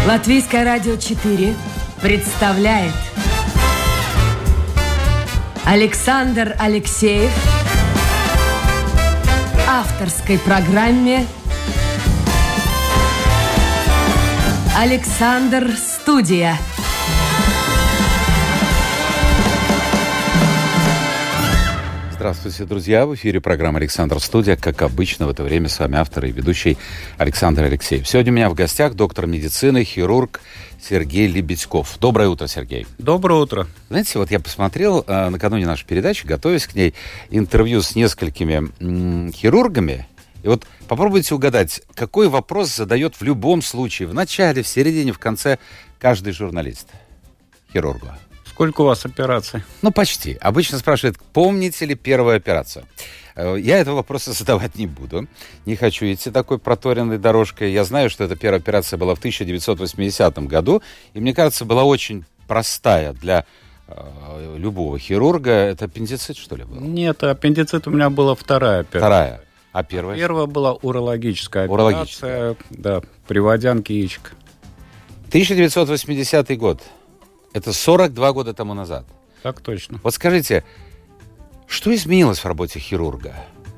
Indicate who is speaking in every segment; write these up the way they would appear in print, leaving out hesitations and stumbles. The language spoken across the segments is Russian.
Speaker 1: Латвийское радио 4 представляет Александр Алексеев в авторской программе «Александр Студия».
Speaker 2: Здравствуйте, друзья! В эфире программа «Александр Студия». Как обычно, в это время с вами автор и ведущий Александр Алексеев. Сегодня у меня в гостях доктор медицины, хирург Сергей Лебедьков. Доброе утро, Сергей.
Speaker 3: Доброе утро.
Speaker 2: Знаете, вот я посмотрел накануне нашей передачи, готовясь к ней, интервью с несколькими хирургами. И вот попробуйте угадать, какой вопрос задает в любом случае, в начале, в середине, в конце каждый журналист хирургу.
Speaker 3: Сколько у вас операций?
Speaker 2: Ну, почти. Обычно спрашивают, помните ли первую операцию? Я этого вопроса задавать не буду. Не хочу идти такой проторенной дорожкой. Я знаю, что эта первая операция была в 1980 году. И, мне кажется, была очень простая для любого хирурга. Это аппендицит, что ли, был?
Speaker 3: Нет, аппендицит у меня была вторая операция.
Speaker 2: Вторая. А первая?
Speaker 3: Первая была урологическая операция. Да, при водянке яичка.
Speaker 2: 1980 год. Это 42 года тому назад.
Speaker 3: Так точно.
Speaker 2: Вот скажите, что изменилось в работе хирурга?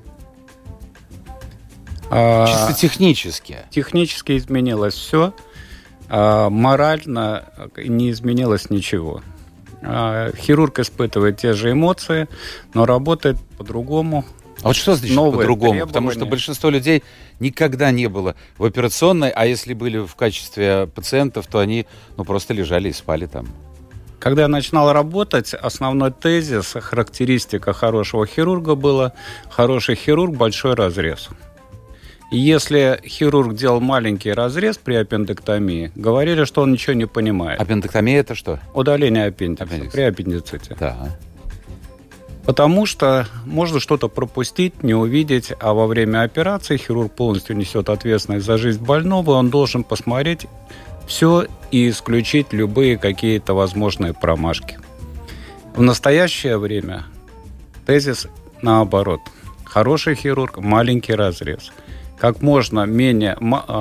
Speaker 2: Чисто технически.
Speaker 3: Технически изменилось все. Морально не изменилось ничего. Хирург испытывает те же эмоции, но работает по-другому.
Speaker 2: А вот что значит по-другому? Потому что большинство людей никогда не было в операционной, а если были в качестве пациентов, то они просто лежали и спали там.
Speaker 3: Когда я начинал работать, основной тезис, характеристика хорошего хирурга была: хороший хирург – большой разрез. И если хирург делал маленький разрез при аппендэктомии, говорили, что он ничего не понимает.
Speaker 2: Аппендэктомия – это что?
Speaker 3: Удаление аппендикса при аппендиците.
Speaker 2: Да.
Speaker 3: Потому что можно что-то пропустить, не увидеть, а во время операции хирург полностью несет ответственность за жизнь больного, он должен посмотреть все и исключить любые какие-то возможные промашки. В настоящее время тезис наоборот. Хороший хирург – маленький разрез. Как можно менее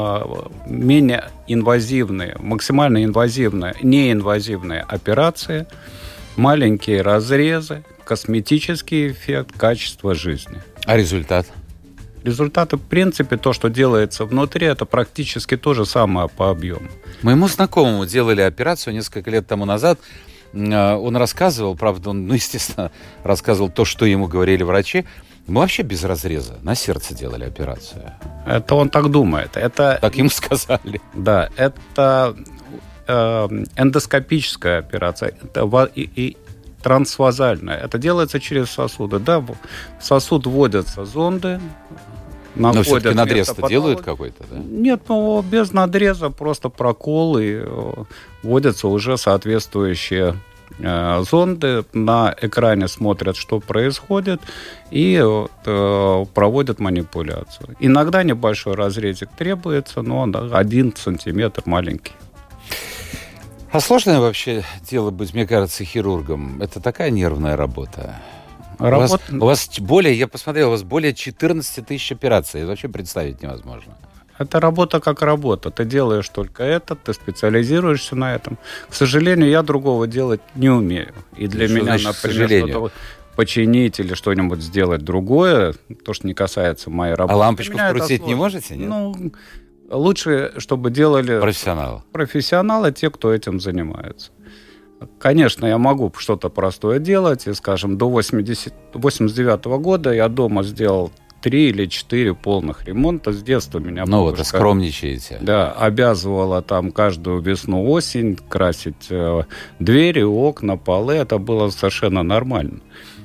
Speaker 3: инвазивные, максимально инвазивные, неинвазивные операции, маленькие разрезы, косметический эффект, качество жизни.
Speaker 2: А результат?
Speaker 3: Результаты, в принципе, то, что делается внутри, это практически то же самое по объему.
Speaker 2: Моему знакомому делали операцию несколько лет тому назад. Он рассказывал, правда, он, естественно, рассказывал то, что ему говорили врачи. Мы вообще без разреза на сердце делали операцию.
Speaker 3: Это он так думает.
Speaker 2: Так ему сказали.
Speaker 3: Да, это эндоскопическая операция. Это и трансвазальная. Это делается через сосуды. Да, в сосуд вводятся зонды.
Speaker 2: Но все-таки надрез-то делают какой-то, да?
Speaker 3: Нет, без надреза, просто прокол, и вводятся уже соответствующие зонды. На экране смотрят, что происходит, и проводят манипуляцию. Иногда небольшой разрезик требуется, но 1 сантиметр маленький.
Speaker 2: А сложное вообще дело быть, мне кажется, хирургом? Это такая нервная работа. У вас более, я посмотрел, у вас более 14 тысяч операций. Это вообще представить невозможно.
Speaker 3: Это работа как работа. Ты делаешь только это, ты специализируешься на этом. К сожалению, я другого делать не умею. И для меня, например, что-то починить или что-нибудь сделать другое, то, что не касается моей работы.
Speaker 2: А лампочку вкрутить не можете, нет?
Speaker 3: Лучше, чтобы делали профессионалы, те, кто этим занимается. Конечно, я могу что-то простое делать, и, скажем, до 89 года я дома сделал 3 или 4 полных ремонта. С детства меня бабушка...
Speaker 2: вот скромничаете.
Speaker 3: Да, обязывала там каждую весну-осень красить двери, окна, полы. Это было совершенно нормально.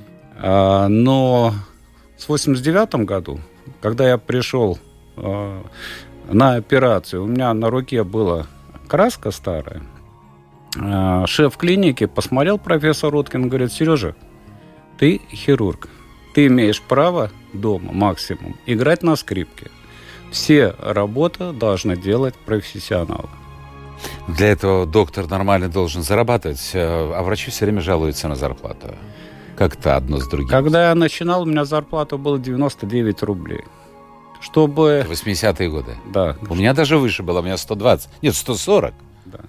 Speaker 3: Но в 89 году, когда я пришел на операцию, у меня на руке была краска старая. Шеф клиники посмотрел, профессор Уткин, говорит: Сережа, ты хирург, ты имеешь право дома максимум играть на скрипке. Все работы должны делать профессионалы.
Speaker 2: Для этого доктор нормально должен зарабатывать, а врачи все время жалуются на зарплату. Как-то одно с другим.
Speaker 3: Когда я начинал, у меня зарплата была 99 рублей. Чтобы...
Speaker 2: 80-е годы?
Speaker 3: Да.
Speaker 2: У меня даже выше было, у меня 120. Нет, 140.
Speaker 3: Да.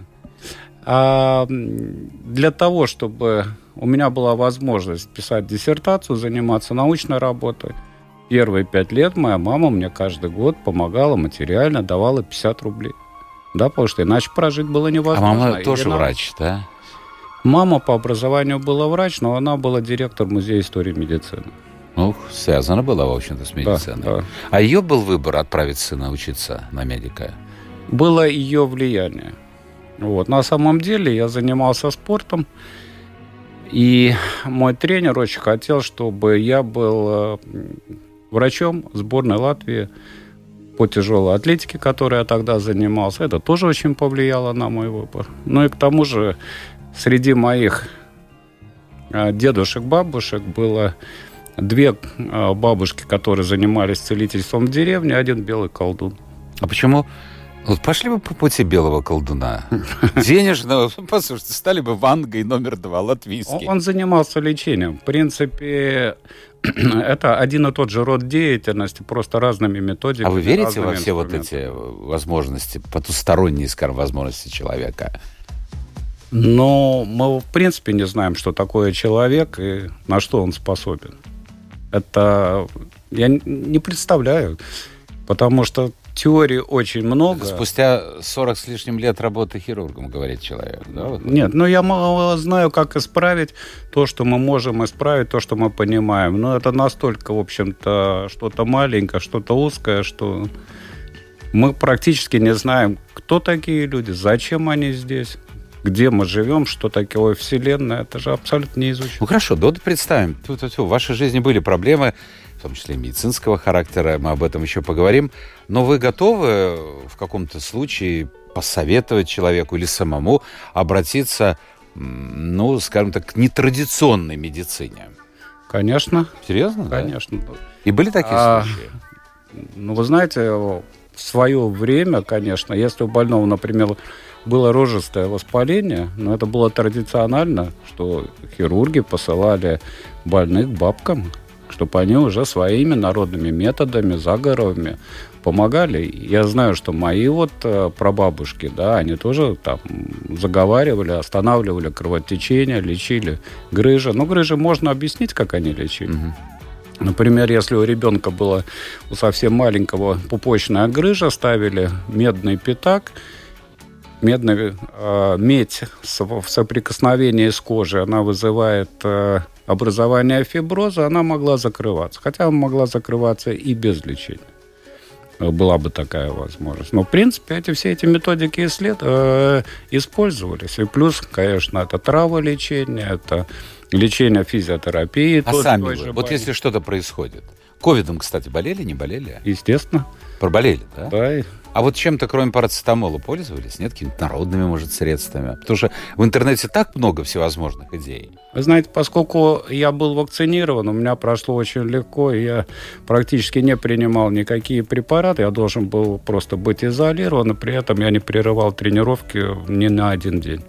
Speaker 3: А для того, чтобы у меня была возможность писать диссертацию, заниматься научной работой, первые 5 лет моя мама мне каждый год помогала материально, давала 50 рублей. Да, потому что иначе прожить было невозможно.
Speaker 2: А мама тоже врач, да?
Speaker 3: Мама по образованию была врач, но она была директор Музея истории медицины.
Speaker 2: Ну, связана была, в общем-то, с медициной.
Speaker 3: Да.
Speaker 2: А ее был выбор отправить сына учиться на медика?
Speaker 3: Было ее влияние. Вот. На самом деле я занимался спортом, и мой тренер очень хотел, чтобы я был врачом сборной Латвии по тяжелой атлетике, которой я тогда занимался. Это тоже очень повлияло на мой выбор. Ну и к тому же среди моих дедушек, бабушек было 2 бабушки, которые занимались целительством в деревне, 1 белый колдун.
Speaker 2: А почему? Вот пошли бы по пути белого колдуна. Денежного, послушайте, стали бы Вангой номер 2, латвийский.
Speaker 3: Он занимался лечением. В принципе, это один и тот же род деятельности, просто разными методиками.
Speaker 2: А вы верите во все вот эти возможности, потусторонние, скажем, возможности человека?
Speaker 3: Но мы, в принципе, не знаем, что такое человек и на что он способен. Это я не представляю, потому что теорий очень много.
Speaker 2: Спустя 40 с лишним лет работы хирургом, говорит человек. Да? Вот.
Speaker 3: Нет, я мало знаю, как исправить то, что мы можем исправить, то, что мы понимаем. Но это настолько, в общем-то, что-то маленькое, что-то узкое, что мы практически не знаем, кто такие люди, зачем они здесь, где мы живем, что такое Вселенная. Это же абсолютно не изучено.
Speaker 2: Ну хорошо, давайте представим. В вашей жизни были проблемы, в том числе медицинского характера, мы об этом еще поговорим, но вы готовы в каком-то случае посоветовать человеку или самому обратиться, ну, скажем так, к нетрадиционной медицине?
Speaker 3: Конечно.
Speaker 2: Серьезно?
Speaker 3: Конечно.
Speaker 2: Да? И были такие случаи?
Speaker 3: Ну, вы знаете, в свое время, конечно, если у больного, например, было рожистое воспаление, но это было традиционально, что хирурги посылали больных к бабкам, чтобы они уже своими народными методами, заговорами помогали. Я знаю, что мои прабабушки, да, они тоже там заговаривали, останавливали кровотечение, лечили грыжи. Но грыжи можно объяснить, как они лечили. Угу. Например, если у ребенка была у совсем маленького пупочная грыжа, ставили медный пятак, медь в соприкосновении с кожей, она вызывает образование фиброза, она могла закрываться. Хотя она могла закрываться и без лечения. Была бы такая возможность. Но, в принципе, все эти методики использовались. И плюс, конечно, это траволечение, это лечение физиотерапии.
Speaker 2: А сами вы, вот если что-то происходит. Ковидом, кстати, болели, не болели?
Speaker 3: Естественно.
Speaker 2: Проболели, да?
Speaker 3: Да.
Speaker 2: А вот чем-то, кроме парацетамола, пользовались? Нет? Какими-то народными, может, средствами? Потому что в интернете так много всевозможных идей.
Speaker 3: Вы знаете, поскольку я был вакцинирован, у меня прошло очень легко, и я практически не принимал никакие препараты. Я должен был просто быть изолирован, и при этом я не прерывал тренировки ни на один день.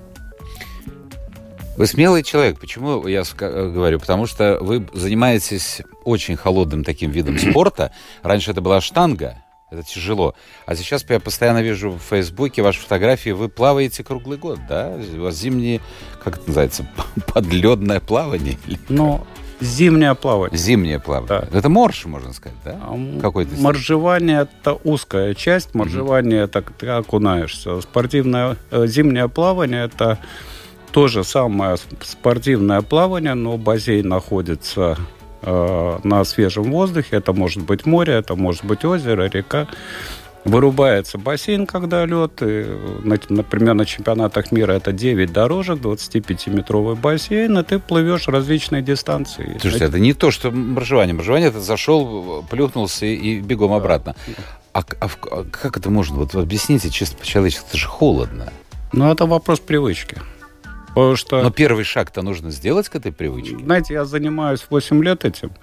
Speaker 2: Вы смелый человек. Почему я говорю? Потому что вы занимаетесь очень холодным таким видом спорта. Раньше это была штанга. Это тяжело. А сейчас я постоянно вижу в Фейсбуке ваши фотографии. Вы плаваете круглый год, да? У вас зимние, как это называется, подледное плавание?
Speaker 3: Ну, зимнее плавание.
Speaker 2: Зимнее плавание. Да. Это морж, можно сказать, да?
Speaker 3: Моржевание – это узкая часть. Моржевание – это ты окунаешься. Спортивное зимнее плавание – это то же самое спортивное плавание, но бассейн находится на свежем воздухе. Это может быть море, это может быть озеро, река. Вырубается бассейн, когда лед. Например, на чемпионатах мира это 9 дорожек, 25-метровый бассейн, и ты плывешь различные дистанции.
Speaker 2: Слушайте, это не то, что моржевание. Моржевание это зашел, плюхнулся и бегом обратно. А как это можно? Вот объясните чисто по-человечески, это же холодно.
Speaker 3: Ну, это вопрос привычки.
Speaker 2: Но первый шаг-то нужно сделать к этой привычке.
Speaker 3: Знаете, я занимаюсь 8 лет этим,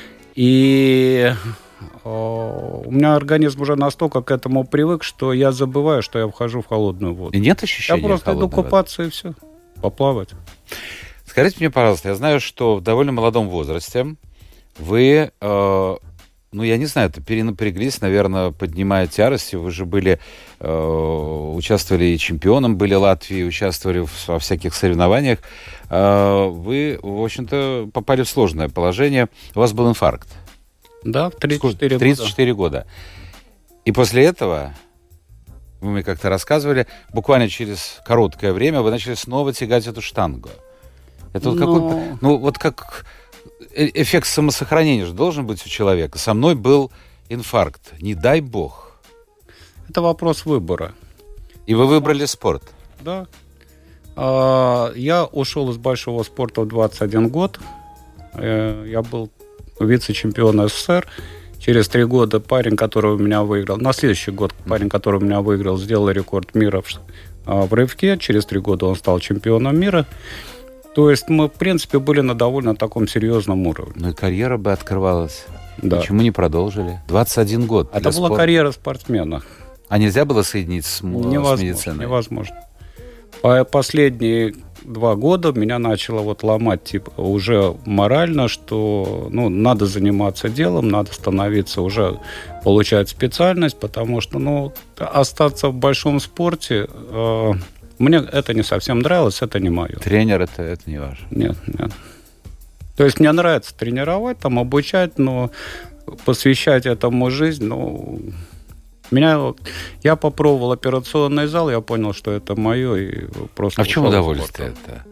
Speaker 3: и у меня организм уже настолько к этому привык, что я забываю, что я вхожу в холодную воду.
Speaker 2: И нет ощущения
Speaker 3: я просто иду купаться и все, поплавать.
Speaker 2: Скажите мне, пожалуйста, я знаю, что в довольно молодом возрасте вы я не знаю, это перенапряглись, наверное, поднимая тяжести. Вы же были, участвовали и чемпионом были Латвии, участвовали во всяких соревнованиях. Вы, в общем-то, попали в сложное положение. У вас был инфаркт.
Speaker 3: Да, в 34 года.
Speaker 2: 34 года. И после этого, вы мне как-то рассказывали, буквально через короткое время вы начали снова тягать эту штангу. Это вот какой... вот как... Эффект самосохранения же должен быть у человека. Со мной был инфаркт. Не дай бог.
Speaker 3: Это вопрос выбора.
Speaker 2: И вы выбрали спорт?
Speaker 3: Да. Я ушел из большого спорта в 21 год. Я был вице-чемпион СССР. Через 3 года парень, который у меня выиграл... На следующий год парень, который у меня выиграл, сделал рекорд мира в рывке. Через 3 года он стал чемпионом мира. То есть мы, в принципе, были на довольно таком серьезном уровне.
Speaker 2: Ну и карьера бы открывалась.
Speaker 3: Да.
Speaker 2: Почему не продолжили? 21 год.
Speaker 3: Это была карьера спортсмена.
Speaker 2: А нельзя было соединить с медициной?
Speaker 3: Невозможно. Последние 2 года меня начало ломать уже морально, что надо заниматься делом, надо становиться уже, получать специальность, потому что остаться в большом спорте... Мне это не совсем нравилось, это не мое.
Speaker 2: Тренер это не ваше?
Speaker 3: Нет. То есть мне нравится тренировать, обучать, но посвящать этому жизнь, я попробовал операционный зал, я понял, что это мое, и просто...
Speaker 2: А в чем удовольствие это?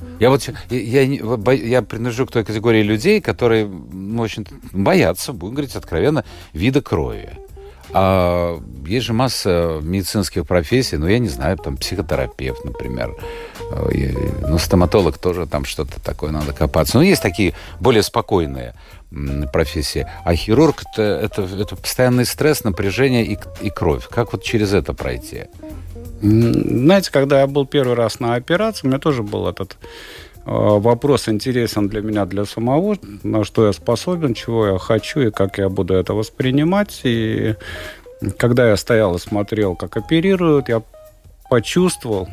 Speaker 2: Я принадлежу к той категории людей, которые, очень боятся, будем говорить откровенно, вида крови. А есть же масса медицинских профессий, я не знаю, там психотерапевт, например, стоматолог тоже там что-то такое надо копаться. Есть такие более спокойные профессии. А хирург это постоянный стресс, напряжение и кровь. Как через это пройти?
Speaker 3: Знаете, когда я был первый раз на операции, у меня тоже был этот вопрос интересен для меня, для самого, на что я способен, чего я хочу и как я буду это воспринимать. И когда я стоял и смотрел, как оперируют, я почувствовал,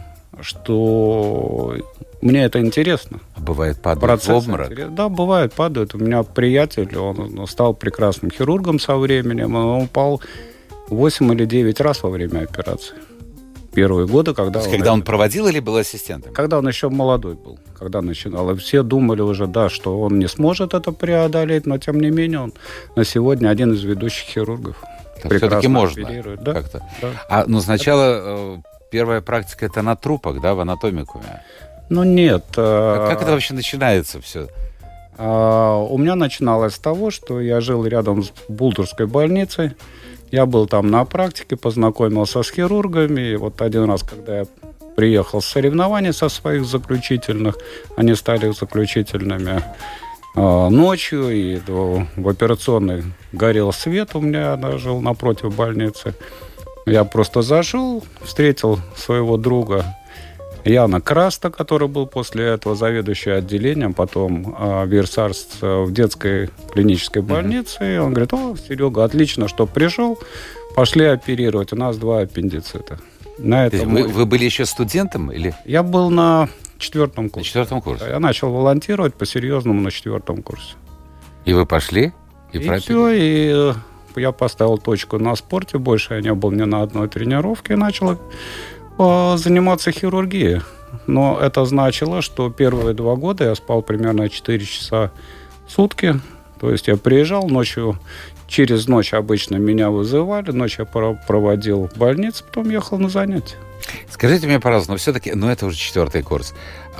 Speaker 3: что мне это интересно.
Speaker 2: А бывает, падают в обморок?
Speaker 3: Да, бывает, падают. У меня приятель, он стал прекрасным хирургом со временем, он упал 8 или 9 раз во время операции. Первые годы, когда
Speaker 2: он проводил или был ассистентом?
Speaker 3: Когда он еще молодой был, когда начинал. И все думали уже, что он не сможет это преодолеть, но тем не менее он на сегодня один из ведущих хирургов.
Speaker 2: Все-таки можно
Speaker 3: как-то.
Speaker 2: Да. Начало, первая практика, это на трупах, да, в анатомикуме?
Speaker 3: Нет.
Speaker 2: Как это вообще начинается все?
Speaker 3: У меня начиналось с того, что я жил рядом с Булдурской больницей. Я был там на практике, познакомился с хирургами. И один раз, когда я приехал с соревнований со своих заключительных, они стали заключительными ночью, и в операционной горел свет у меня, я жил напротив больницы. Я просто зашел, встретил своего друга Яна Краста, который был после этого заведующий отделением, потом Версарс в детской клинической больнице. И он говорит: Серега, отлично, что пришел, пошли оперировать. У нас 2 аппендицита.
Speaker 2: Вы были еще студентом? Или?
Speaker 3: Я был на 4-м курсе.
Speaker 2: На 4-м курсе?
Speaker 3: Я начал волонтировать по-серьезному на 4-м курсе.
Speaker 2: И вы пошли? И
Speaker 3: все, и я поставил точку на спорте. Больше я не был ни на одной тренировке и начал заниматься хирургией. Но это значило, что первые 2 года я спал примерно 4 часа в сутки. То есть я приезжал ночью, через ночь обычно меня вызывали, ночь я проводил в больнице, потом ехал на занятия.
Speaker 2: Скажите мне, пожалуйста, но все-таки, это уже 4-й курс.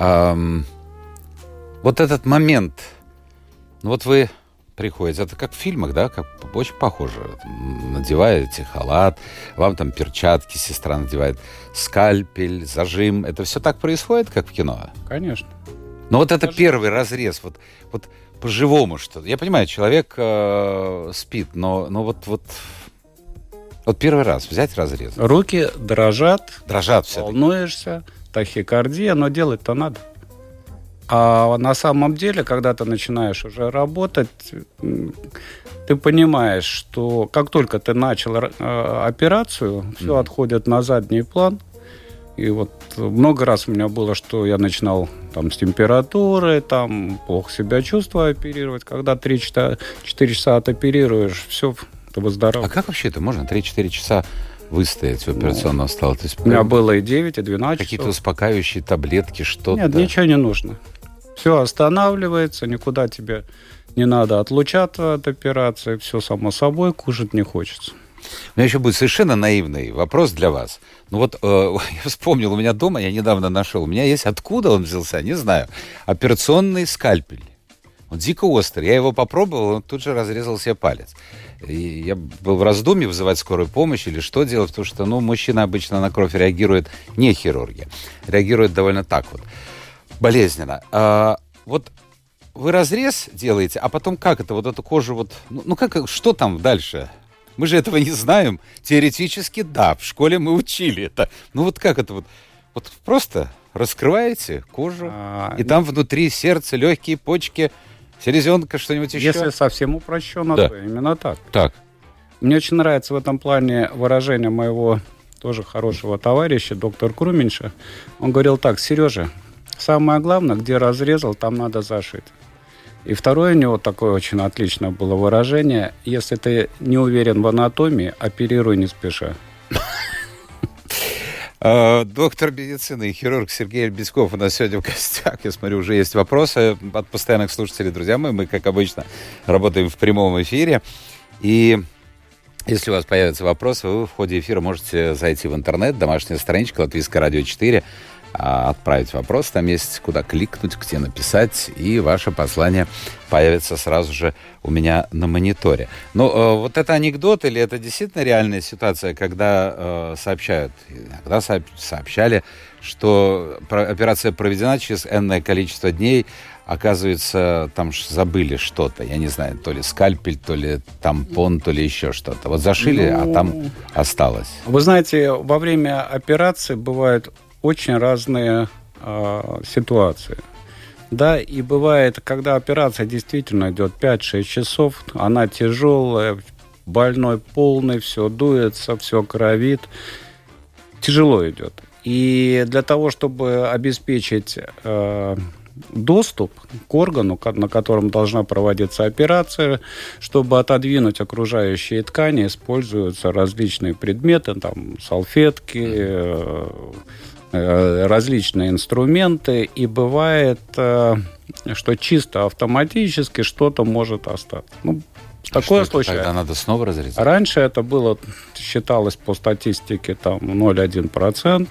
Speaker 2: Этот момент, вы приходите, это как в фильмах, да, очень похоже. Надеваете халат, вам там перчатки сестра надевает, скальпель, зажим. Это все так происходит, как в кино?
Speaker 3: Конечно.
Speaker 2: Но это первый разрез, по-живому что-то. Я понимаю, человек спит, но первый раз взять разрез.
Speaker 3: Руки дрожат
Speaker 2: все-таки.
Speaker 3: Волнуешься, тахикардия, но делать-то надо. А на самом деле, когда ты начинаешь уже работать, ты понимаешь, что как только ты начал операцию, все отходит на задний план. И вот много раз у меня было, что я начинал там с температуры, там плохо себя чувствую оперировать. Когда 3-4 часа оперируешь, все, ты выздоравливаешь.
Speaker 2: А как вообще это можно 3-4 часа выстоять в операционном столе? То есть,
Speaker 3: у меня было и 9, и 12
Speaker 2: какие-то
Speaker 3: часов.
Speaker 2: успокаивающие таблетки, что-то?
Speaker 3: Нет, ничего не нужно. Все останавливается, никуда тебе не надо отлучаться от операции, все само собой, кушать не хочется.
Speaker 2: У меня еще будет совершенно наивный вопрос для вас. Ну вот, я вспомнил, у меня дома, я недавно нашел, у меня есть, откуда он взялся, не знаю, операционный скальпель. Он дико острый. Я его попробовал, он тут же разрезал себе палец. И я был в раздумье, вызывать скорую помощь или что делать, потому что, мужчина обычно на кровь реагирует, не хирурги, реагирует довольно так вот, болезненно. Вот вы разрез делаете, а потом как это, вот эту кожу, вот, что там дальше? Мы же этого не знаем. Теоретически, да, в школе мы учили это. Вот как это вот просто раскрываете кожу, и там внутри сердце, легкие, почки, селезенка, что-нибудь еще?
Speaker 3: Если совсем упрощенно,
Speaker 2: да.
Speaker 3: То именно так.
Speaker 2: Так.
Speaker 3: Мне очень нравится в этом плане выражение моего тоже хорошего товарища, доктора Круменьша. Он говорил так: Сережа, самое главное, где разрезал, там надо зашить. И второе у него такое очень отличное было выражение: если ты не уверен в анатомии, оперируй не спеша.
Speaker 2: Доктор медицины и хирург Сергей Альбицков у нас сегодня в гостях. Я смотрю, уже есть вопросы от постоянных слушателей. Друзья мои, мы, как обычно, работаем в прямом эфире. И если у вас появятся вопросы, вы в ходе эфира можете зайти в интернет, домашняя страничка Латвийское радио 4, отправить вопрос, там есть куда кликнуть, где написать, и ваше послание появится сразу же у меня на мониторе. Вот это анекдот или это действительно реальная ситуация, когда сообщали, что операция проведена через энное количество дней, оказывается, там забыли что-то, я не знаю, то ли скальпель, то ли тампон, то ли еще что-то. Вот зашили, а там осталось.
Speaker 3: Вы знаете, во время операции бывают очень разные ситуации. Да, и бывает, когда операция действительно идет 5-6 часов, она тяжелая, больной полный, все дуется, все кровит. Тяжело идет. И для того, чтобы обеспечить доступ к органу, на котором должна проводиться операция, чтобы отодвинуть окружающие ткани, используются различные предметы, там салфетки, различные инструменты, и бывает, что чисто автоматически что-то может остаться. Такое случается.
Speaker 2: Тогда надо снова разрезать?
Speaker 3: Раньше это было, считалось по статистике, 0,1%.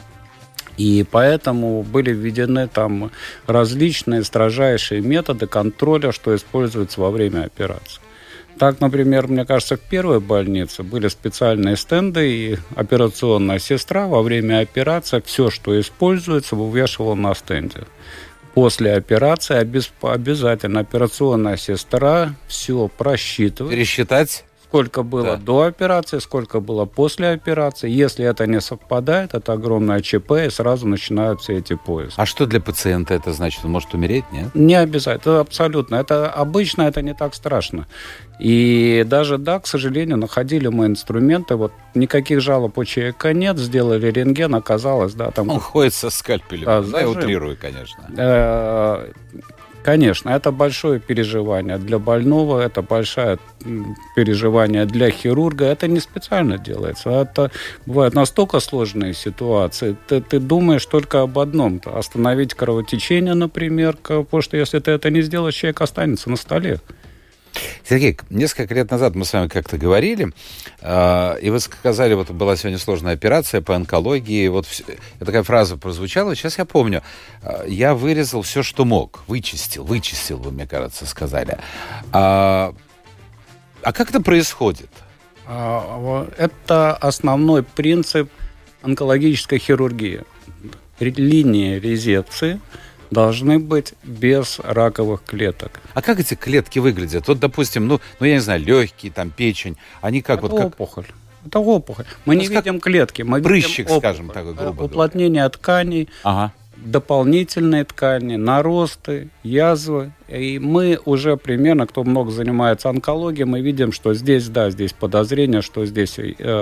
Speaker 3: И поэтому были введены там различные строжайшие методы контроля, что используется во время операции. Так, например, мне кажется, в первой больнице были специальные стенды, и операционная сестра во время операции все, что используется, вывешивала на стенде. После операции обязательно операционная сестра все просчитывает.
Speaker 2: Пересчитать?
Speaker 3: Сколько было до операции, сколько было после операции. Если это не совпадает, это огромное ЧП, и сразу начинаются эти поиски.
Speaker 2: А что для пациента это значит? Он может умереть, нет?
Speaker 3: Не обязательно, абсолютно. Это обычно, это не так страшно. И даже, к сожалению, находили мы инструменты, никаких жалоб у человека нет, сделали рентген, оказалось, там...
Speaker 2: Он ходит со скальпелем, я утрирую, конечно.
Speaker 3: Конечно, это большое переживание для больного, это большое переживание для хирурга. Это не специально делается. Это бывают настолько сложные ситуации. Ты думаешь только об одном. Остановить кровотечение, например, потому что если ты это не сделаешь, человек останется на столе.
Speaker 2: Сергей, несколько лет назад мы с вами как-то говорили, и вы сказали, была сегодня сложная операция по онкологии, такая фраза прозвучала, сейчас я помню, я вырезал все, что мог, вычистил, вы, мне кажется, сказали. А как это происходит?
Speaker 3: Это основной принцип онкологической хирургии. Линии резекции должны быть без раковых клеток.
Speaker 2: А как эти клетки выглядят? Допустим, я не знаю, легкие, печень, они как...
Speaker 3: опухоль. Это опухоль. Мы не видим клетки. Мы
Speaker 2: прыщик,
Speaker 3: видим
Speaker 2: скажем так, грубо
Speaker 3: уплотнение тканей.
Speaker 2: Ага.
Speaker 3: дополнительные ткани, наросты, язвы. И мы уже примерно, кто много занимается онкологией, мы видим, что здесь, да, здесь подозрение, что здесь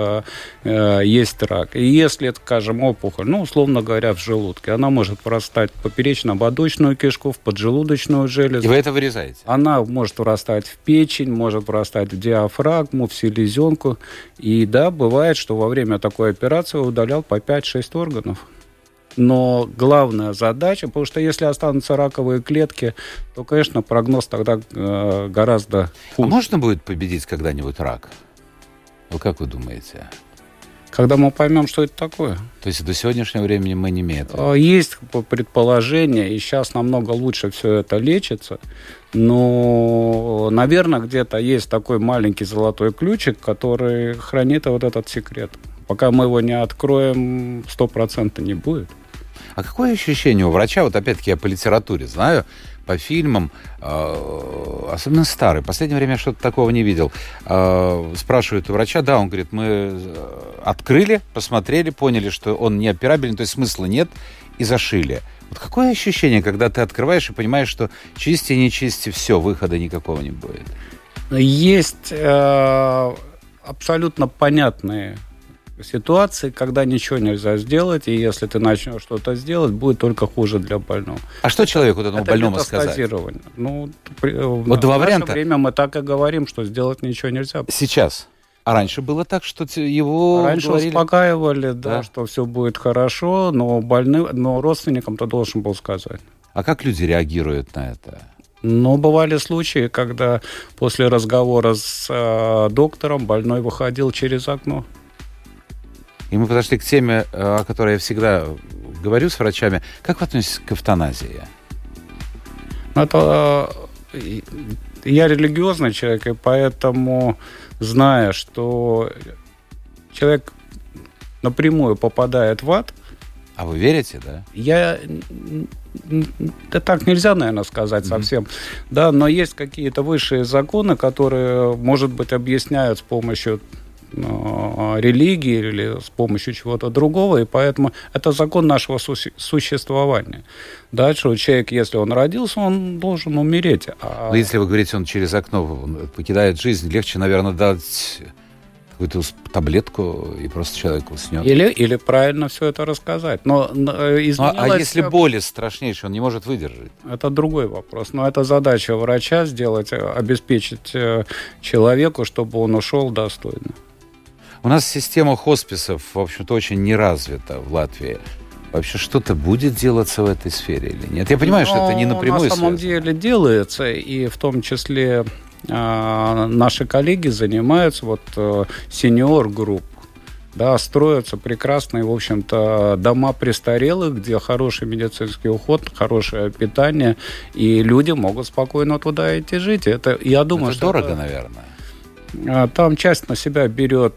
Speaker 3: есть рак. И если, скажем, опухоль, ну, условно говоря, в желудке, она может вырастать в поперечно-ободочную кишку, в поджелудочную железу.
Speaker 2: И вы это вырезаете?
Speaker 3: Она может вырастать в печень, может вырастать в диафрагму, в селезенку. И да, бывает, что во время такой операции удалял по 5-6 органов. Но главная задача, потому что если останутся раковые клетки, то, конечно, прогноз тогда гораздо хуже.
Speaker 2: А можно будет победить когда-нибудь рак? Ну, как вы думаете?
Speaker 3: Когда мы поймем, что это такое.
Speaker 2: То есть до сегодняшнего времени мы не имеем этого?
Speaker 3: Есть предположение, и сейчас намного лучше все это лечится. Но, наверное, где-то есть такой маленький золотой ключик, который хранит вот этот секрет. Пока мы его не откроем, 100% не будет.
Speaker 2: А какое ощущение у врача? Вот опять-таки я по литературе знаю, по фильмам, особенно старый. В последнее время я что-то такого не видел. Спрашивают у врача, да, он говорит, мы открыли, посмотрели, поняли, что он не операбелен, то есть смысла нет, и зашили. Вот какое ощущение, когда ты открываешь и понимаешь, что чисти, не чисти, все, выхода никакого не будет?
Speaker 3: Есть абсолютно понятные ситуации, когда ничего нельзя сделать, и если ты начнешь что-то сделать, будет только хуже для больного.
Speaker 2: А что человеку этому больному сказать?
Speaker 3: Ну,
Speaker 2: вот два варианта.
Speaker 3: В наше время мы так и говорим, что сделать ничего нельзя.
Speaker 2: Сейчас. А раньше было так, что его
Speaker 3: раньше
Speaker 2: говорили...
Speaker 3: успокаивали, да, что все будет хорошо, но родственникам ты должен был сказать.
Speaker 2: А как люди реагируют на это?
Speaker 3: Но бывали случаи, когда после разговора с доктором больной выходил через окно.
Speaker 2: И мы подошли к теме, о которой я всегда говорю с врачами. Как вы относитесь к эвтаназии?
Speaker 3: Я религиозный человек, и поэтому, зная, что человек напрямую попадает в ад...
Speaker 2: А вы верите, да?
Speaker 3: Да так нельзя, наверное, сказать совсем. Да, но есть какие-то высшие законы, которые, может быть, объясняют с помощью религии или с помощью чего-то другого, и поэтому это закон нашего существования. Дальше человек, если он родился, он должен умереть.
Speaker 2: Но если вы говорите, он через окно покидает жизнь, легче, наверное, дать какую-то таблетку, и просто человек уснет.
Speaker 3: Или правильно все это рассказать. Но
Speaker 2: а если боли страшнейшие, он не может выдержать?
Speaker 3: Это другой вопрос. Но это задача врача сделать, обеспечить человеку, чтобы он ушел достойно.
Speaker 2: У нас система хосписов, в общем-то, очень не развита в Латвии. Вообще что-то будет делаться в этой сфере или нет? Я понимаю, что это не напрямую связано.
Speaker 3: На самом деле делается, и в том числе наши коллеги занимаются сеньор-групп. Да, строятся прекрасные, в общем-то, дома престарелых, где хороший медицинский уход, хорошее питание, и люди могут спокойно туда идти жить. Я думаю,
Speaker 2: это
Speaker 3: что
Speaker 2: дорого, наверное.
Speaker 3: Там часть на себя берут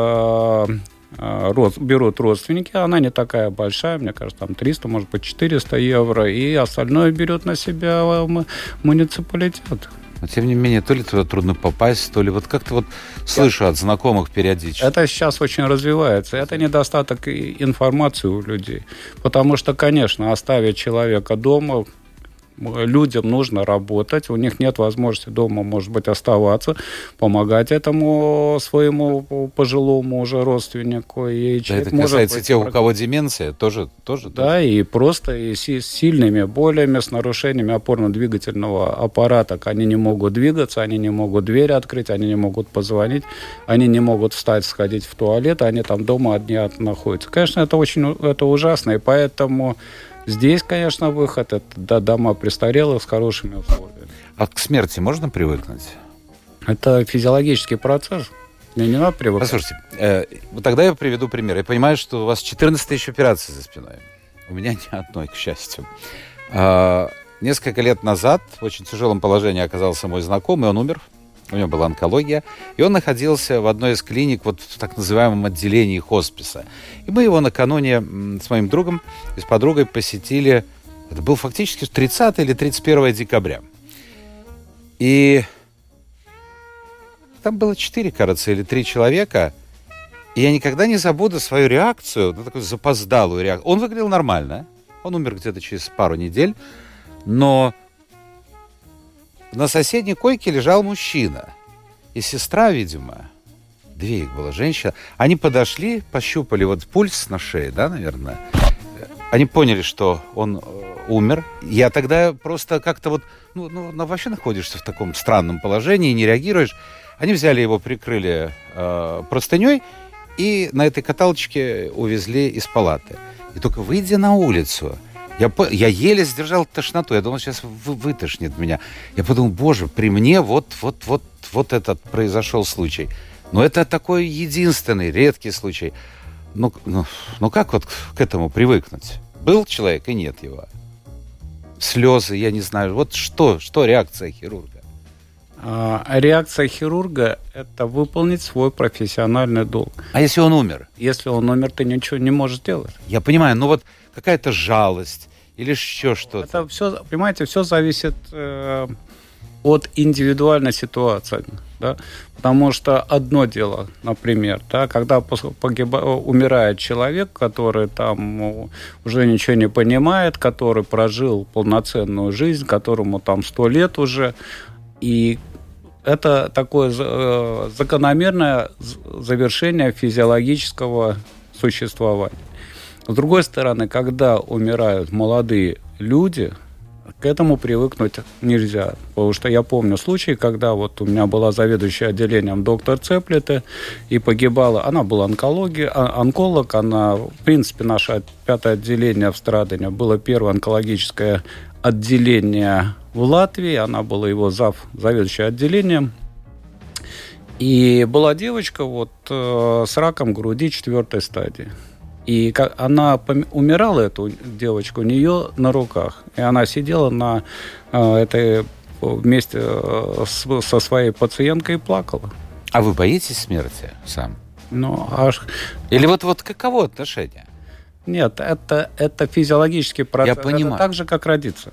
Speaker 3: родственники, она не такая большая, мне кажется, там 300, может быть, 400 евро, и остальное берет на себя муниципалитет.
Speaker 2: Но, тем не менее, то ли туда трудно попасть, то ли как-то слышу от знакомых периодически.
Speaker 3: Это сейчас очень развивается. Это недостаток информации у людей. Потому что, конечно, оставить человека дома... Людям нужно работать, у них нет возможности дома, может быть, оставаться, помогать этому своему пожилому уже родственнику. И
Speaker 2: да, это касается тех, у кого деменция, тоже.
Speaker 3: Да, и просто и с сильными болями, с нарушениями опорно-двигательного аппарата. Они не могут двигаться, они не могут дверь открыть, они не могут позвонить, они не могут встать, сходить в туалет, они там дома одни находятся. Конечно, это ужасно, и поэтому... Здесь, конечно, выход – это дома престарелых с хорошими условиями.
Speaker 2: А к смерти можно привыкнуть?
Speaker 3: Это физиологический процесс. Мне не надо привыкать.
Speaker 2: Послушайте, тогда я приведу пример. Я понимаю, что у вас 14 тысяч операций за спиной. У меня ни одной, к счастью. Несколько лет назад в очень тяжелом положении оказался мой знакомый, он умер. У него была онкология, и он находился в одной из клиник в так называемом отделении хосписа. И мы его накануне с моим другом и с подругой посетили, это был фактически 30 или 31 декабря. И там было 4, кажется, или 3 человека, и я никогда не забуду свою реакцию, такую запоздалую реакцию. Он выглядел нормально, Он умер где-то через пару недель, но на соседней койке лежал мужчина. И сестра, видимо, две их было, женщина, они подошли, пощупали вот пульс на шее, да, наверное. Они поняли, что он умер. Я тогда просто как-то вот, вообще находишься в таком странном положении, не реагируешь. Они взяли его, прикрыли простыней и на этой каталочке увезли из палаты. И только выйдя на улицу, я еле сдержал тошноту. Я думал, сейчас вытошнит меня. Я подумал, боже, при мне вот этот произошел случай. Но это такой единственный, редкий случай. Ну как вот к этому привыкнуть? Был человек и нет его. Слезы, я не знаю. Вот что реакция хирурга?
Speaker 3: Реакция хирурга – это выполнить свой профессиональный долг.
Speaker 2: А если он умер?
Speaker 3: Если он умер, ты ничего не можешь делать.
Speaker 2: Я понимаю, но вот какая-то жалость или еще что-то.
Speaker 3: Это все, понимаете, все зависит от индивидуальной ситуации. Да? Потому что одно дело, например, да, когда умирает человек, который там уже ничего не понимает, который прожил полноценную жизнь, которому там 100 лет уже, и это такое закономерное завершение физиологического существования. С другой стороны, когда умирают молодые люди, к этому привыкнуть нельзя. Потому что я помню случай, когда вот у меня была заведующая отделением доктор Цеплета, и погибала, она была онколог, она, в принципе, наше 5-е отделение в Страдане было первое онкологическое отделение в Латвии, она была его заведующей отделением. И была девочка с раком груди 4-й стадии. И она умирала, эту девочку, у нее на руках. И она сидела на вместе со своей пациенткой и плакала.
Speaker 2: А вы боитесь смерти сам?
Speaker 3: Или
Speaker 2: вот каково отношение?
Speaker 3: Нет, это физиологический процесс.
Speaker 2: Я понимаю.
Speaker 3: Это так же, как родиться.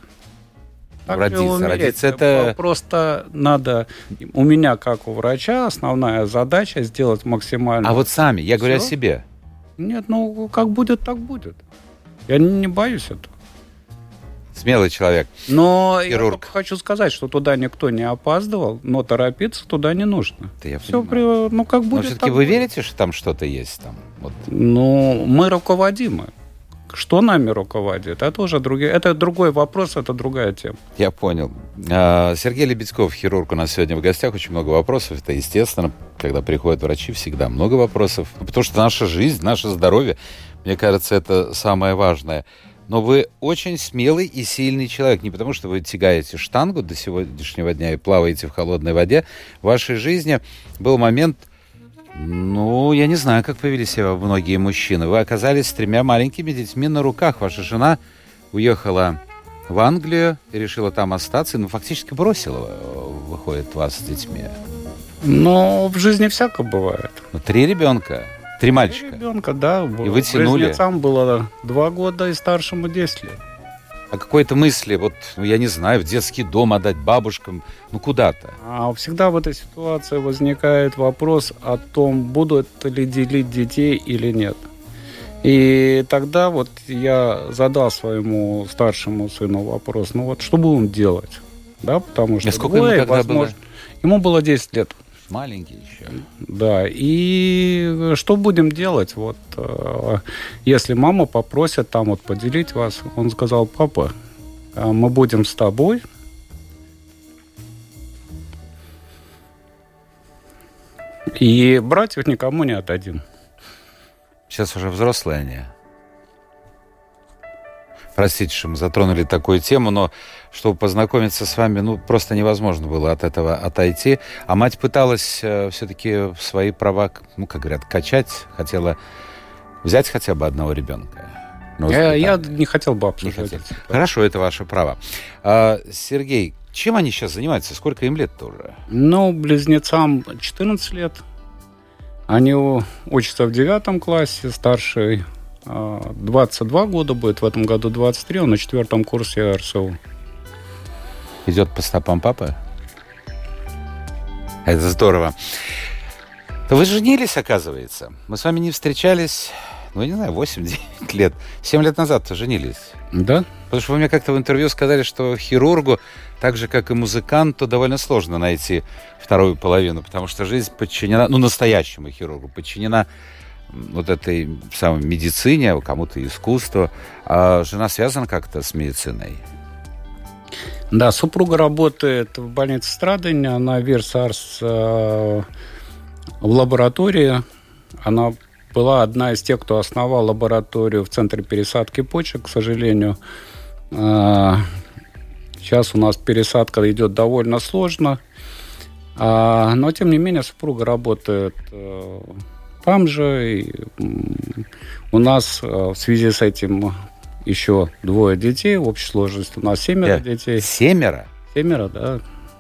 Speaker 2: Родиться это...
Speaker 3: Просто надо... У меня, как у врача, основная задача сделать максимально...
Speaker 2: А вот сами, я говорю о себе.
Speaker 3: Нет, как будет, так будет. Я не боюсь этого.
Speaker 2: Смелый человек.
Speaker 3: Но
Speaker 2: хирург.
Speaker 3: Я только хочу сказать, что туда никто не опаздывал, но торопиться туда не нужно.
Speaker 2: Да я
Speaker 3: все
Speaker 2: понимаю.
Speaker 3: как будет.
Speaker 2: Но все-таки вы верите, что там что-то есть?
Speaker 3: Мы руководимы. Что нами руководит? Это уже другой вопрос, это другая тема.
Speaker 2: Я понял. Сергей Лебедьков, хирург, у нас сегодня в гостях. Очень много вопросов. Это естественно, когда приходят врачи, всегда много вопросов. Потому что наша жизнь, наше здоровье, мне кажется, это самое важное. Но вы очень смелый и сильный человек. Не потому, что вы тягаете штангу до сегодняшнего дня и плаваете в холодной воде. В вашей жизни был момент... я не знаю, как повели себя многие мужчины. Вы оказались с 3 маленькими детьми на руках. Ваша жена уехала в Англию и решила там остаться. Фактически бросила, выходит, вас с детьми.
Speaker 3: В жизни всякое бывает.
Speaker 2: 3 ребенка, 3 мальчика.
Speaker 3: 3 ребенка, да.
Speaker 2: И вы тянули.
Speaker 3: Близнецам было 2 года и старшему 10 лет.
Speaker 2: А какой-то мысли, я не знаю, в детский дом отдать бабушкам, куда-то.
Speaker 3: Всегда в этой ситуации возникает вопрос о том, будут ли делить детей или нет. И тогда я задал своему старшему сыну вопрос, что будем делать? Да, потому что
Speaker 2: сколько ему тогда было?
Speaker 3: Ему было 10 лет.
Speaker 2: Маленький еще.
Speaker 3: Да, и что будем делать? Если мама попросит поделить вас, он сказал: папа, мы будем с тобой. И братьев никому не отдадим.
Speaker 2: Сейчас уже взрослые они. Простите, что мы затронули такую тему, но чтобы познакомиться с вами, просто невозможно было от этого отойти. А мать пыталась все-таки свои права, как говорят, качать, хотела взять хотя бы одного ребенка.
Speaker 3: Я не хотел бы обсуждать.
Speaker 2: Хорошо, это ваше право. Сергей, чем они сейчас занимаются? Сколько им лет-то уже?
Speaker 3: Близнецам 14 лет. Они учатся в 9 классе, старший 22 года будет, в этом году 23, он на 4 курсе РСУ.
Speaker 2: Идет по стопам папы? Это здорово. Вы женились, оказывается. Мы с вами не встречались я не знаю, 8-9 лет. 7 лет назад-то женились.
Speaker 3: Да.
Speaker 2: Потому что вы мне как-то в интервью сказали, что хирургу, так же, как и музыканту, довольно сложно найти вторую половину, потому что жизнь подчинена, настоящему хирургу, подчинена вот этой самой медицине, а кому-то искусству. А жена связана как-то с медициной?
Speaker 3: Да, супруга работает в больнице Страдания, она Версарс в лаборатории. Она была одна из тех, кто основал лабораторию в Центре пересадки почек, к сожалению. Сейчас у нас пересадка идет довольно сложно. Но, тем не менее, супруга работает там же. И у нас в связи с этим еще 2 детей. В общей сложности у нас 7 детей.
Speaker 2: 7?
Speaker 3: 7, да.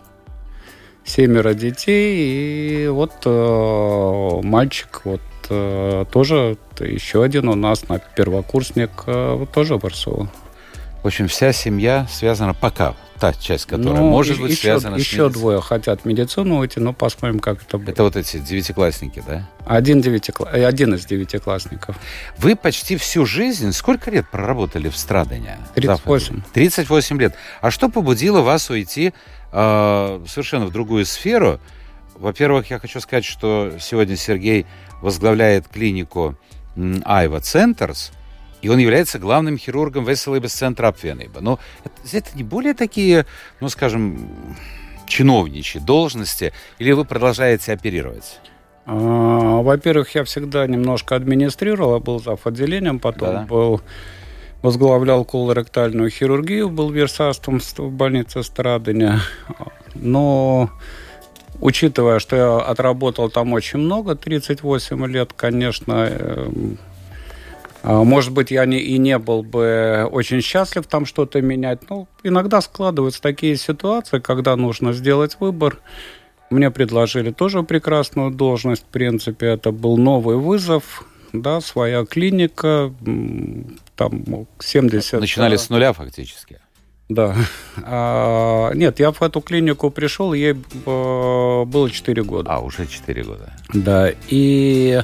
Speaker 3: 7 детей. И вот мальчик тоже еще один у нас первокурсник, тоже в РСУ.
Speaker 2: В общем, вся семья связана пока, та часть, которая может быть связана с
Speaker 3: медициной. Еще 2 хотят медицину уйти, но посмотрим, как это будет.
Speaker 2: Это вот эти 9-классники, да?
Speaker 3: Один из 9-классников.
Speaker 2: Вы почти всю жизнь, сколько лет проработали в Страдания?
Speaker 3: 38.
Speaker 2: 38 лет. А что побудило вас уйти совершенно в другую сферу? Во-первых, я хочу сказать, что сегодня Сергей возглавляет клинику Айва Центерс, и он является главным хирургом Веселības-центра Apvienība. Но это не более такие, скажем, чиновничьи должности, или вы продолжаете оперировать?
Speaker 3: Во-первых, я всегда немножко администрировал, был зав. Отделением, потом возглавлял колоректальную хирургию, был версарством в больнице Страдания. Но учитывая, что я отработал там очень много, 38 лет, конечно, может быть, я не был бы очень счастлив там что-то менять, но иногда складываются такие ситуации, когда нужно сделать выбор. Мне предложили тоже прекрасную должность, в принципе, это был новый вызов, да, своя клиника, там 70...
Speaker 2: Начинали с нуля фактически.
Speaker 3: Да. Нет, я в эту клинику пришел, ей было 4 года.
Speaker 2: Уже 4 года.
Speaker 3: Да, и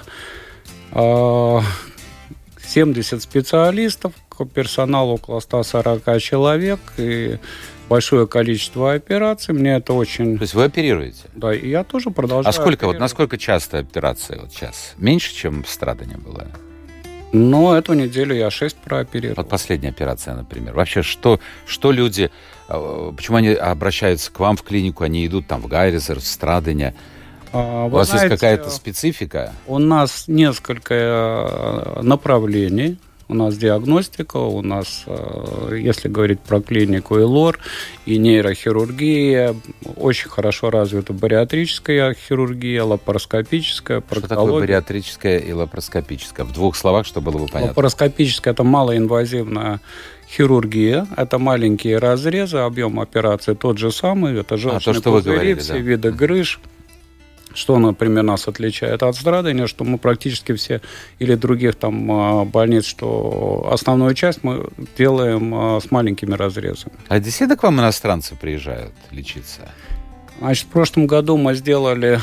Speaker 3: 70 специалистов, персонал около 140 человек и большое количество операций. Мне это очень...
Speaker 2: То есть вы оперируете?
Speaker 3: Да, и я тоже продолжаю.
Speaker 2: А сколько, насколько часто операции сейчас? Меньше, чем в Страдании было?
Speaker 3: Эту неделю я 6 прооперировал.
Speaker 2: Вот последняя операция, например. Вообще, что люди... Почему они обращаются к вам в клинику, они идут там в Гайрезер, в Страдания? У вас есть какая-то специфика?
Speaker 3: У нас несколько направлений. У нас диагностика, у нас, если говорить про клинику, и лор, и нейрохирургия. Очень хорошо развита бариатрическая хирургия, лапароскопическая, проктология.
Speaker 2: Что такое бариатрическая и лапароскопическая? В 2 словах, чтобы было бы понятно.
Speaker 3: Лапароскопическая – это малоинвазивная хирургия. Это маленькие разрезы, объем операции тот же самый. Это желчные пузыри, все виды грыж. Что, например, нас отличает от Страдания, что мы практически все, или других там больниц, что основную часть мы делаем с маленькими разрезами.
Speaker 2: А действительно к вам иностранцы приезжают лечиться?
Speaker 3: Значит, в прошлом году мы сделали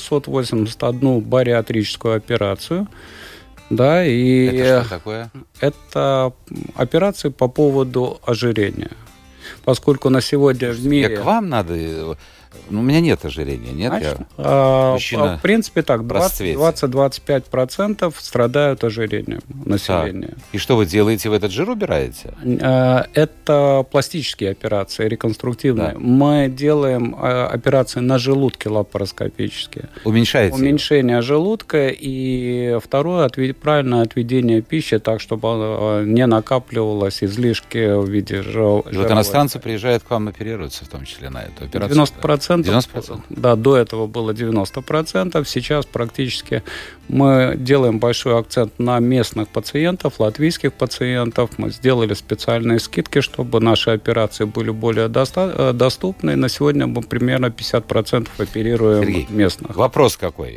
Speaker 3: 681 бариатрическую операцию. Да, и
Speaker 2: это что такое?
Speaker 3: Это операции по поводу ожирения. Поскольку на сегодня в мире...
Speaker 2: К вам надо... У меня нет ожирения, нет?
Speaker 3: Значит, в принципе, так, 20-25% страдают ожирением населения.
Speaker 2: Так. И что вы делаете? Вы этот жир убираете?
Speaker 3: Это пластические операции, реконструктивные. Да. Мы делаем операции на желудке лапароскопические.
Speaker 2: Уменьшаете?
Speaker 3: Уменьшение желудка. И второе, правильное отведение пищи так, чтобы не накапливалось излишки в виде жировой.
Speaker 2: Вот иностранцы приезжают к вам оперироваться, в том числе на эту операцию?
Speaker 3: 90%. 90%? Да, до этого было 90%. Сейчас практически мы делаем большой акцент на местных пациентов, латвийских пациентов. Мы сделали специальные скидки, чтобы наши операции были более доступны. На сегодня мы примерно 50% оперируем
Speaker 2: Сергей,
Speaker 3: местных.
Speaker 2: Вопрос какой?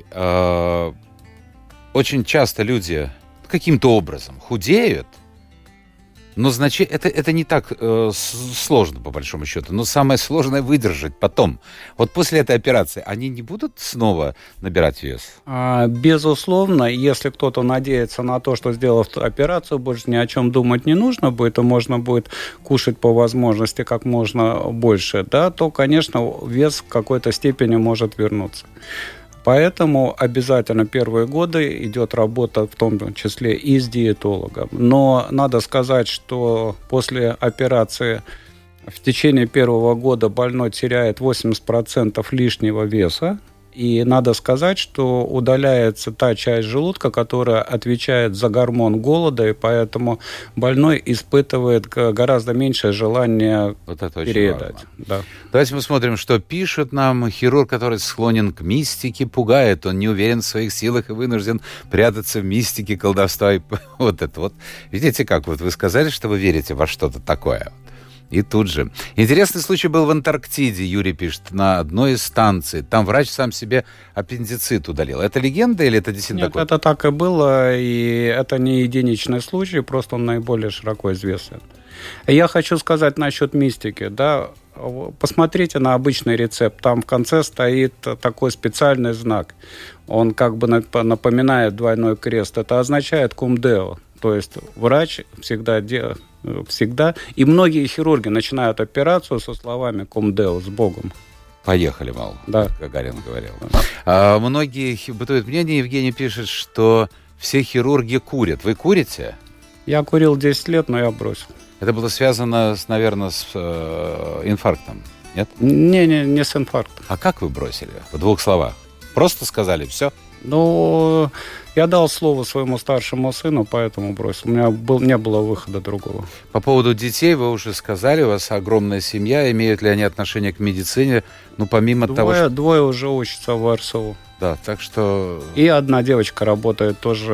Speaker 2: Очень часто люди каким-то образом худеют, Но это не так сложно, по большому счету. Но самое сложное выдержать потом. Вот после этой операции они не будут снова набирать вес?
Speaker 3: Безусловно, если кто-то надеется на то, что, сделав операцию, больше ни о чем думать не нужно будет, и можно будет кушать по возможности как можно больше, да, то, конечно, вес в какой-то степени может вернуться. Поэтому обязательно первые годы идет работа, в том числе и с диетологом. Но надо сказать, что после операции в течение первого года больной теряет 80% лишнего веса. И надо сказать, что удаляется та часть желудка, которая отвечает за гормон голода, и поэтому больной испытывает гораздо меньшее желание переедать. Да.
Speaker 2: Давайте мы смотрим, что пишут нам. Хирург, который склонен к мистике, пугает. Он не уверен в своих силах и вынужден прятаться в мистике, колдовства. И вот это вот. Видите, как вот вы сказали, что вы верите во что-то такое. И тут же. Интересный случай был в Антарктиде, Юрий пишет, на одной из станций. Там врач сам себе аппендицит удалил. Это легенда или это действительно такое?
Speaker 3: Нет, это так и было, и это не единичный случай, просто он наиболее широко известен. Я хочу сказать насчет мистики, да. Посмотрите на обычный рецепт. Там в конце стоит такой специальный знак. Он как бы напоминает двойной крест. Это означает cum deo. То есть врач всегда, и многие хирурги начинают операцию со словами cum deo, с Богом.
Speaker 2: Поехали, мол,
Speaker 3: да.
Speaker 2: Как Гагарин говорил. Да. Многие бытует мнение, Евгений пишет, что все хирурги курят. Вы курите?
Speaker 3: Я курил 10 лет, но я бросил.
Speaker 2: Это было связано, наверное, с инфарктом, нет?
Speaker 3: Не с инфарктом.
Speaker 2: А как вы бросили? В 2 словах. Просто сказали, все?
Speaker 3: Ну, я дал слово своему старшему сыну, поэтому бросил. У меня не было выхода другого.
Speaker 2: По поводу детей вы уже сказали, у вас огромная семья. Имеют ли они отношение к медицине? Ну, помимо того, что...
Speaker 3: Двое уже учатся в РСУ.
Speaker 2: Да, так что...
Speaker 3: И одна девочка работает тоже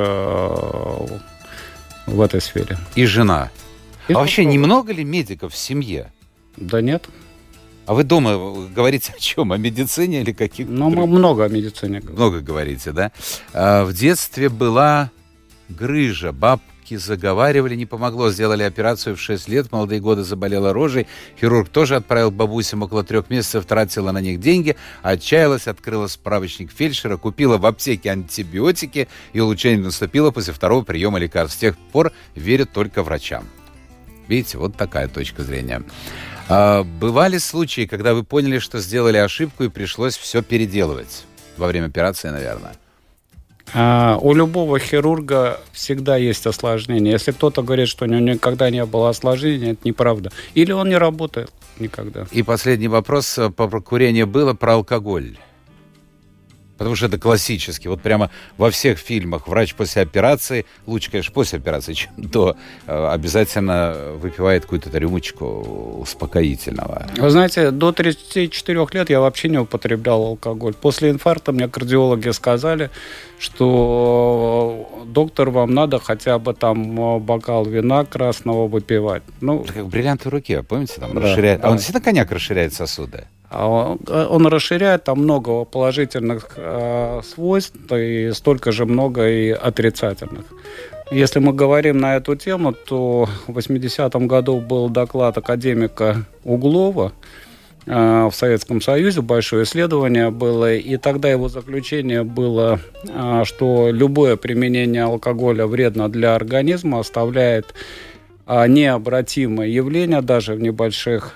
Speaker 3: в этой сфере.
Speaker 2: И жена. А вообще, немного ли медиков в семье?
Speaker 3: Да нет.
Speaker 2: А вы дома говорите о чем? О медицине или каких-то...
Speaker 3: Ну, мы много о медицине говорим.
Speaker 2: Много говорите, да? В детстве была грыжа. Бабки заговаривали, не помогло. Сделали операцию в 6 лет. В молодые годы заболела рожей. Хирург тоже отправил к бабусям около 3 месяцев, тратила на них деньги. Отчаялась, открыла справочник фельдшера, купила в аптеке антибиотики, и улучшение наступило после 2-го приема лекарств. С тех пор верю только врачам. Видите, вот такая точка зрения. Бывали случаи, когда вы поняли, что сделали ошибку и пришлось все переделывать? Во время операции, наверное.
Speaker 3: У любого хирурга всегда есть осложнения. Если кто-то говорит, что у него никогда не было осложнений, это неправда. Или он не работает никогда.
Speaker 2: И последний вопрос по курению было про алкоголь. Потому что это классически. Вот прямо во всех фильмах врач после операции, лучше, конечно, после операции, чем до, обязательно выпивает какую-то рюмочку успокоительного.
Speaker 3: Вы знаете, до 34 лет я вообще не употреблял алкоголь. После инфаркта мне кардиологи сказали, что доктор, вам надо хотя бы там бокал вина красного выпивать. Ну,
Speaker 2: это как бриллиант в руке, помните? Там
Speaker 3: да,
Speaker 2: расширяет.
Speaker 3: Да.
Speaker 2: А он действительно коньяк расширяет сосуды?
Speaker 3: Он расширяет, там много положительных свойств и столько же много и отрицательных. Если мы говорим на эту тему, то в 80-м году был доклад академика Углова в Советском Союзе, большое исследование было, и тогда его заключение было, что любое применение алкоголя вредно для организма, оставляет необратимые явления даже в небольших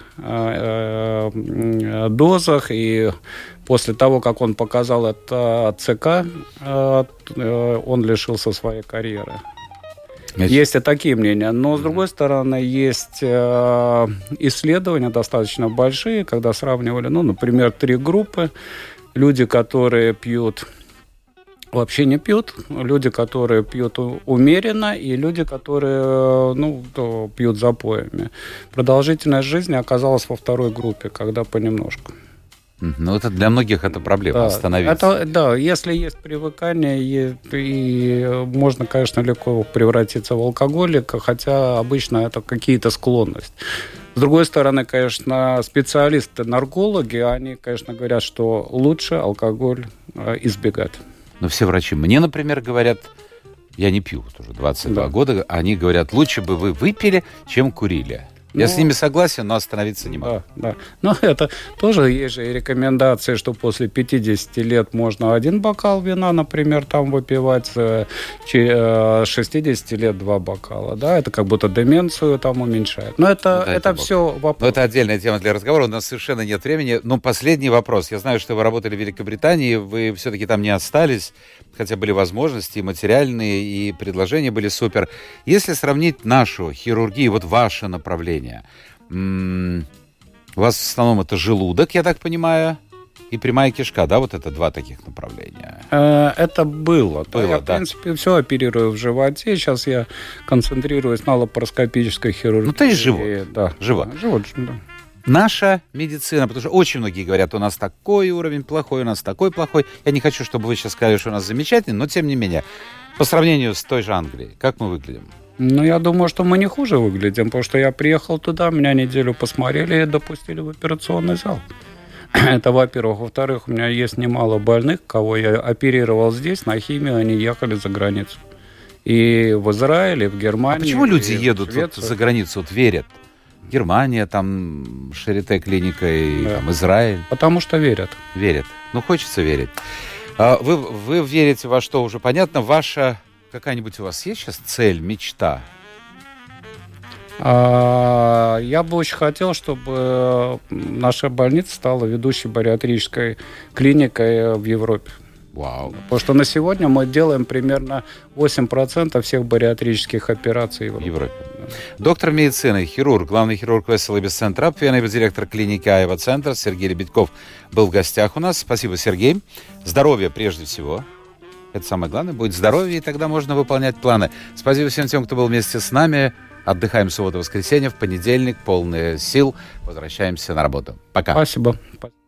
Speaker 3: дозах. И после того, как он показал это ЦК, он лишился своей карьеры. Есть и такие мнения. Но, с другой стороны, есть исследования достаточно большие, когда сравнивали, например, 3 группы. Люди, которые пьют... вообще не пьют, люди, которые пьют умеренно, и люди, которые пьют запоями. Продолжительность жизни оказалась во 2-й группе, когда понемножку.
Speaker 2: Ну, это для многих это проблема, остановиться.
Speaker 3: Если есть привыкание, и можно, конечно, легко превратиться в алкоголика, хотя обычно это какие-то склонности. С другой стороны, конечно, специалисты-наркологи, они, конечно, говорят, что лучше алкоголь избегать.
Speaker 2: Но все врачи мне, например, говорят, Я не пью вот уже 22 года. Они говорят, лучше бы вы выпили, чем курили. Я с ними согласен, но остановиться не могу.
Speaker 3: Да. Но это тоже есть же и рекомендации, что после 50 лет можно 1 бокал вина, например, там выпивать, с 60 лет 2 бокала. Да, это как будто деменцию там уменьшает. Но это все вопрос.
Speaker 2: Но это отдельная тема для разговора. У нас совершенно нет времени. Но последний вопрос. Я знаю, что вы работали в Великобритании, вы все-таки там не остались, хотя были возможности и материальные, и предложения были супер. Если сравнить нашу хирургию, вот ваше направление, у вас в основном это желудок, я так понимаю, и прямая кишка, да? Вот это 2 таких направления.
Speaker 3: Это было. Я,
Speaker 2: да.
Speaker 3: В принципе, все оперирую в животе. Сейчас я концентрируюсь на лапароскопической хирургии.
Speaker 2: Ну, то есть живот.
Speaker 3: Да.
Speaker 2: Живот.
Speaker 3: Да.
Speaker 2: Наша медицина, потому что очень многие говорят, у нас такой уровень плохой, у нас такой плохой. Я не хочу, чтобы вы сейчас сказали, что у нас замечательный, но тем не менее, по сравнению с той же Англией, как мы выглядим?
Speaker 3: Ну, я думаю, что мы не хуже выглядим, потому что я приехал туда, меня неделю посмотрели и допустили в операционный зал. Это, во-первых. Во-вторых, у меня есть немало больных, кого я оперировал здесь, на химию, они ехали за границу. И в Израиле, и в Германии.
Speaker 2: А почему люди едут
Speaker 3: вот
Speaker 2: за границу, вот верят? Германия, там, Шарите клиника и там, Израиль.
Speaker 3: Потому что верят.
Speaker 2: Верят. Ну, хочется верить. Вы верите во что, уже понятно. Ваша какая-нибудь у вас есть сейчас цель, мечта?
Speaker 3: Я бы очень хотел, чтобы наша больница стала ведущей бариатрической клиникой в Европе.
Speaker 2: Вау.
Speaker 3: Потому что на сегодня мы делаем примерно 8% всех бариатрических операций в Европе.
Speaker 2: Доктор медицины, хирург, главный хирург Весела Бесцентра, директор клиники Айва Центр Сергей Лебедьков был в гостях у нас. Спасибо, Сергей. Здоровья прежде всего. Это самое главное. Будет здоровье, и тогда можно выполнять планы. Спасибо всем тем, кто был вместе с нами. Отдыхаем в субботу-воскресенье. В понедельник полные сил. Возвращаемся на работу. Пока.
Speaker 3: Спасибо.